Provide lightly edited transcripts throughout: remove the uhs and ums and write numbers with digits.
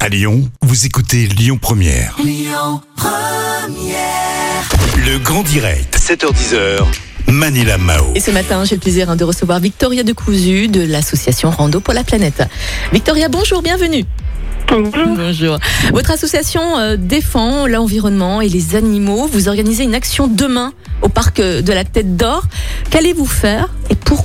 À Lyon, vous écoutez Lyon Première. Lyon Première. Le grand direct, 7h10h, Manila Mao. Et ce matin, j'ai le plaisir de recevoir Victoria Decousu de l'association Rando pour la planète. Victoria, bonjour, bienvenue. Bonjour. Votre association défend l'environnement et les animaux. Vous organisez une action demain au parc de la Tête d'Or. Qu'allez-vous faire et pourquoi ?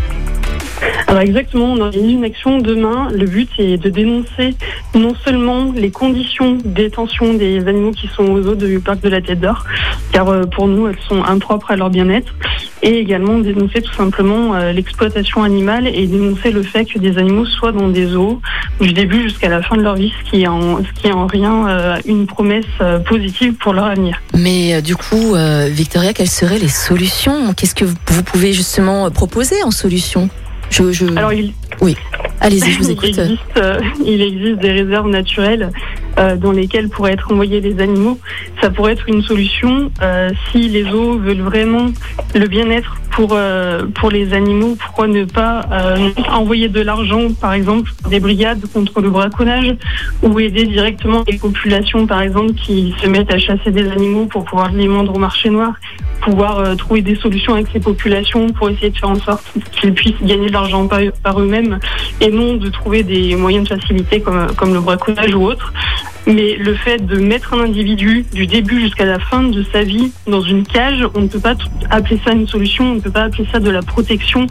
Alors exactement, on organise une action demain. Le but est de dénoncer non seulement les conditions de détention des animaux qui sont aux eaux du parc de la Tête d'Or, car pour nous elles sont impropres à leur bien-être, et également dénoncer tout simplement l'exploitation animale et dénoncer le fait que des animaux soient dans des eaux du début jusqu'à la fin de leur vie, ce qui est en rien une promesse positive pour leur avenir. Mais du coup, Victoria, quelles seraient les solutions ? Qu'est-ce que vous pouvez justement proposer en solution ? Alors, Oui, allez-y, je vous écoute. Il existe des réserves naturelles dans lesquelles pourraient être envoyés les animaux. Ça pourrait être une solution si les zoos veulent vraiment le bien-être pour les animaux. Pourquoi ne pas envoyer de l'argent, par exemple, des brigades contre le braconnage, ou aider directement les populations, par exemple, qui se mettent à chasser des animaux pour pouvoir les vendre au marché noir, pouvoir trouver des solutions avec ces populations pour essayer de faire en sorte qu'ils puissent gagner de l'argent par eux-mêmes et non de trouver des moyens de facilité comme le braconnage ou autre. Mais le fait de mettre un individu du début jusqu'à la fin de sa vie dans une cage, on ne peut pas appeler ça une solution, on ne peut pas appeler ça de la protection.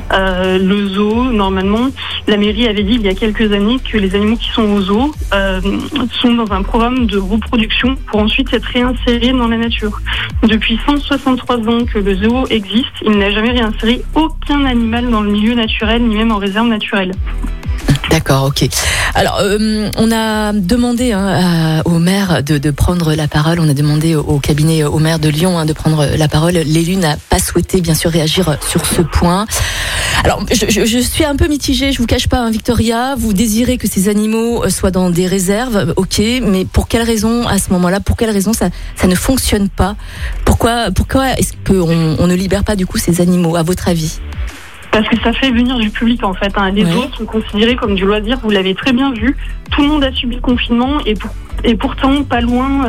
Le zoo, normalement, la mairie avait dit il y a quelques années que les animaux qui sont au zoo sont dans un programme de reproduction pour ensuite être réinsérés dans la nature. Depuis 163 ans que le zoo existe, il n'a jamais réinséré aucun animal dans le milieu naturel, ni même en réserve naturelle. D'accord, ok. Alors, on a demandé au maire de prendre la parole. On a demandé au cabinet au maire de Lyon de prendre la parole. L'élu n'a pas souhaité, bien sûr, réagir sur ce point. Alors, je suis un peu mitigée. Je vous cache pas, Victoria. Vous désirez que ces animaux soient dans des réserves, ok. Mais pour quelle raison, à ce moment-là, pour quelle raison ça ne fonctionne pas ? Pourquoi est-ce qu'on ne libère pas du coup ces animaux, à votre avis ? Parce que ça fait venir du public en fait. Les zoos sont considérés comme du loisir, vous l'avez très bien vu. Tout le monde a subi le confinement et pourtant pas loin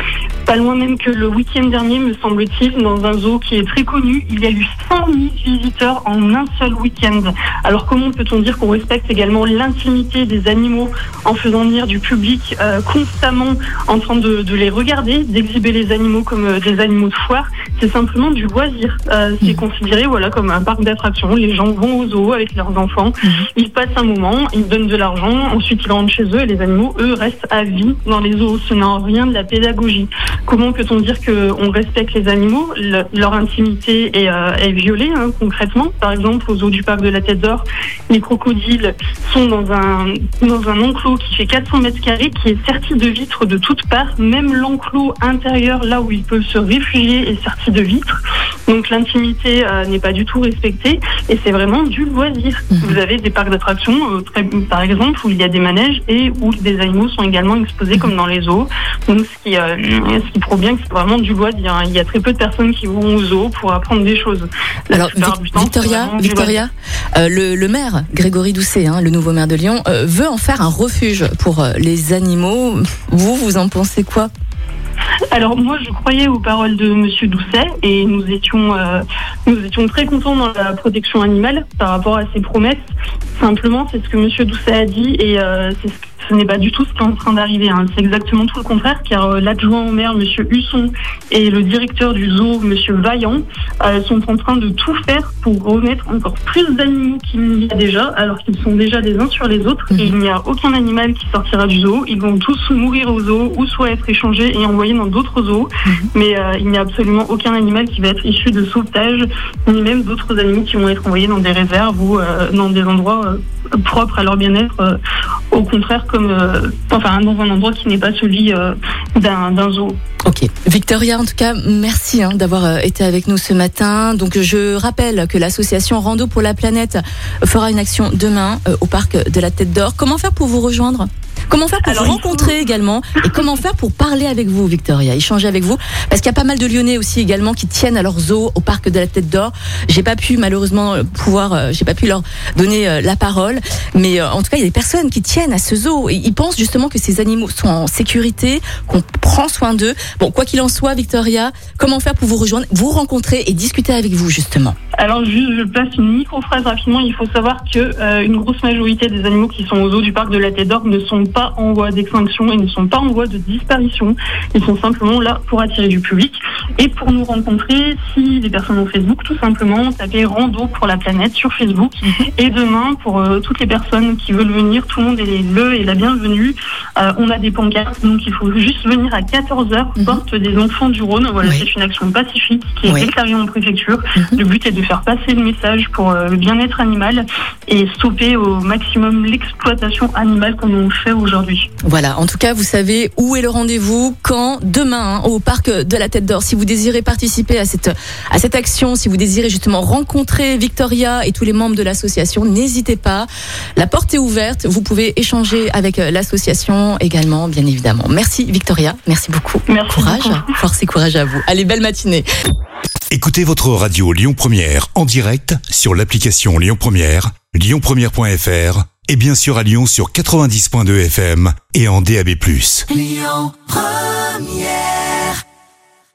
même que le week-end dernier, me semble-t-il, dans un zoo qui est très connu, il y a eu 100 000 visiteurs en un seul week-end. Alors comment peut-on dire qu'on respecte également l'intimité des animaux en faisant venir du public constamment en train de les regarder, d'exhiber les animaux comme des animaux de foire? C'est simplement du loisir. C'est considéré comme un parc d'attractions. Les gens vont au zoo avec leurs enfants, ils passent un moment, ils donnent de l'argent, ensuite ils rentrent chez eux et les animaux, eux, restent à vie dans les zoos. Ce n'est en rien de la pédagogie. Comment peut-on dire qu'on respecte les animaux ? Leur intimité est violée concrètement. Par exemple, au zoo du parc de la Tête d'Or, les crocodiles sont dans un enclos qui fait 400 mètres carrés, qui est serti de vitres de toutes parts. Même l'enclos intérieur, là où ils peuvent se réfugier, est serti de vitres. Donc l'intimité n'est pas du tout respectée et c'est vraiment du loisir. Vous avez des parcs d'attractions, par exemple, où il y a des manèges et où des animaux sont également exposés comme dans les zoos. Donc ce qui prouve bien que c'est vraiment du loisir. Il y a très peu de personnes qui vont au zoo pour apprendre des choses. Alors Victoria, le maire Grégory Doucet, le nouveau maire de Lyon, veut en faire un refuge pour les animaux. Vous en pensez quoi ? Alors moi je croyais aux paroles de Monsieur Doucet et nous étions très contents dans la protection animale par rapport à ses promesses. Simplement c'est ce que Monsieur Doucet a dit et ce n'est pas du tout ce qui est en train d'arriver. C'est exactement tout le contraire, car l'adjoint au maire, Monsieur Husson, et le directeur du zoo, Monsieur Vaillant, sont en train de tout faire pour remettre encore plus d'animaux qu'il y a déjà, alors qu'ils sont déjà les uns sur les autres. Et il n'y a aucun animal qui sortira du zoo. Ils vont tous mourir au zoo ou soit être échangés et envoyés dans d'autres zoos. Mais il n'y a absolument aucun animal qui va être issu de sauvetage, ni même d'autres animaux qui vont être envoyés dans des réserves ou dans des endroits propres à leur bien-être. Au contraire, dans un endroit qui n'est pas celui d'un zoo. Ok. Victoria, en tout cas, merci d'avoir été avec nous ce matin. Donc, je rappelle que l'association Rando pour la planète fera une action demain au parc de la Tête d'Or. Comment faire pour vous rejoindre ? Comment faire pour vous rencontrer également et comment faire pour parler avec vous, Victoria, échanger avec vous? Parce qu'il y a pas mal de Lyonnais aussi également qui tiennent à leur zoo au parc de la Tête d'Or. J'ai pas pu malheureusement j'ai pas pu leur donner la parole, mais en tout cas il y a des personnes qui tiennent à ce zoo et ils pensent justement que ces animaux sont en sécurité, qu'on prend soin d'eux. Bon, quoi qu'il en soit, Victoria, comment faire pour vous rejoindre, vous rencontrer et discuter avec vous justement? Alors juste, je place une micro-phrase rapidement. Il faut savoir que une grosse majorité des animaux qui sont au zoo du parc de la Tête d'Or ne sont pas en voie d'extinction et ne sont pas en voie de disparition. Ils sont simplement là pour attirer du public. Et pour nous rencontrer, si les personnes ont Facebook, tout simplement, tapez Rando pour la planète sur Facebook. Et demain, pour toutes les personnes qui veulent venir, tout le monde est la bienvenue. On a des pancartes, donc il faut juste venir à 14h, porte des enfants du Rhône. Voilà, c'est une action pacifique qui est déclarée en préfecture. Le but est de faire passer le message pour le bien-être animal et stopper au maximum l'exploitation animale comme on fait aujourd'hui. Voilà, en tout cas, vous savez où est le rendez-vous, quand, demain, au parc de la Tête d'Or. Si vous désirez participer à cette action, si vous désirez justement rencontrer Victoria et tous les membres de l'association, n'hésitez pas. La porte est ouverte. Vous pouvez échanger avec l'association également, bien évidemment. Merci Victoria, merci beaucoup. Merci courage, beaucoup. Force et courage à vous. Allez, belle matinée. Écoutez votre radio Lyon Première en direct sur l'application Lyon Première, lyonpremière.fr et bien sûr à Lyon sur 90.2 FM et en DAB+. Lyon Première.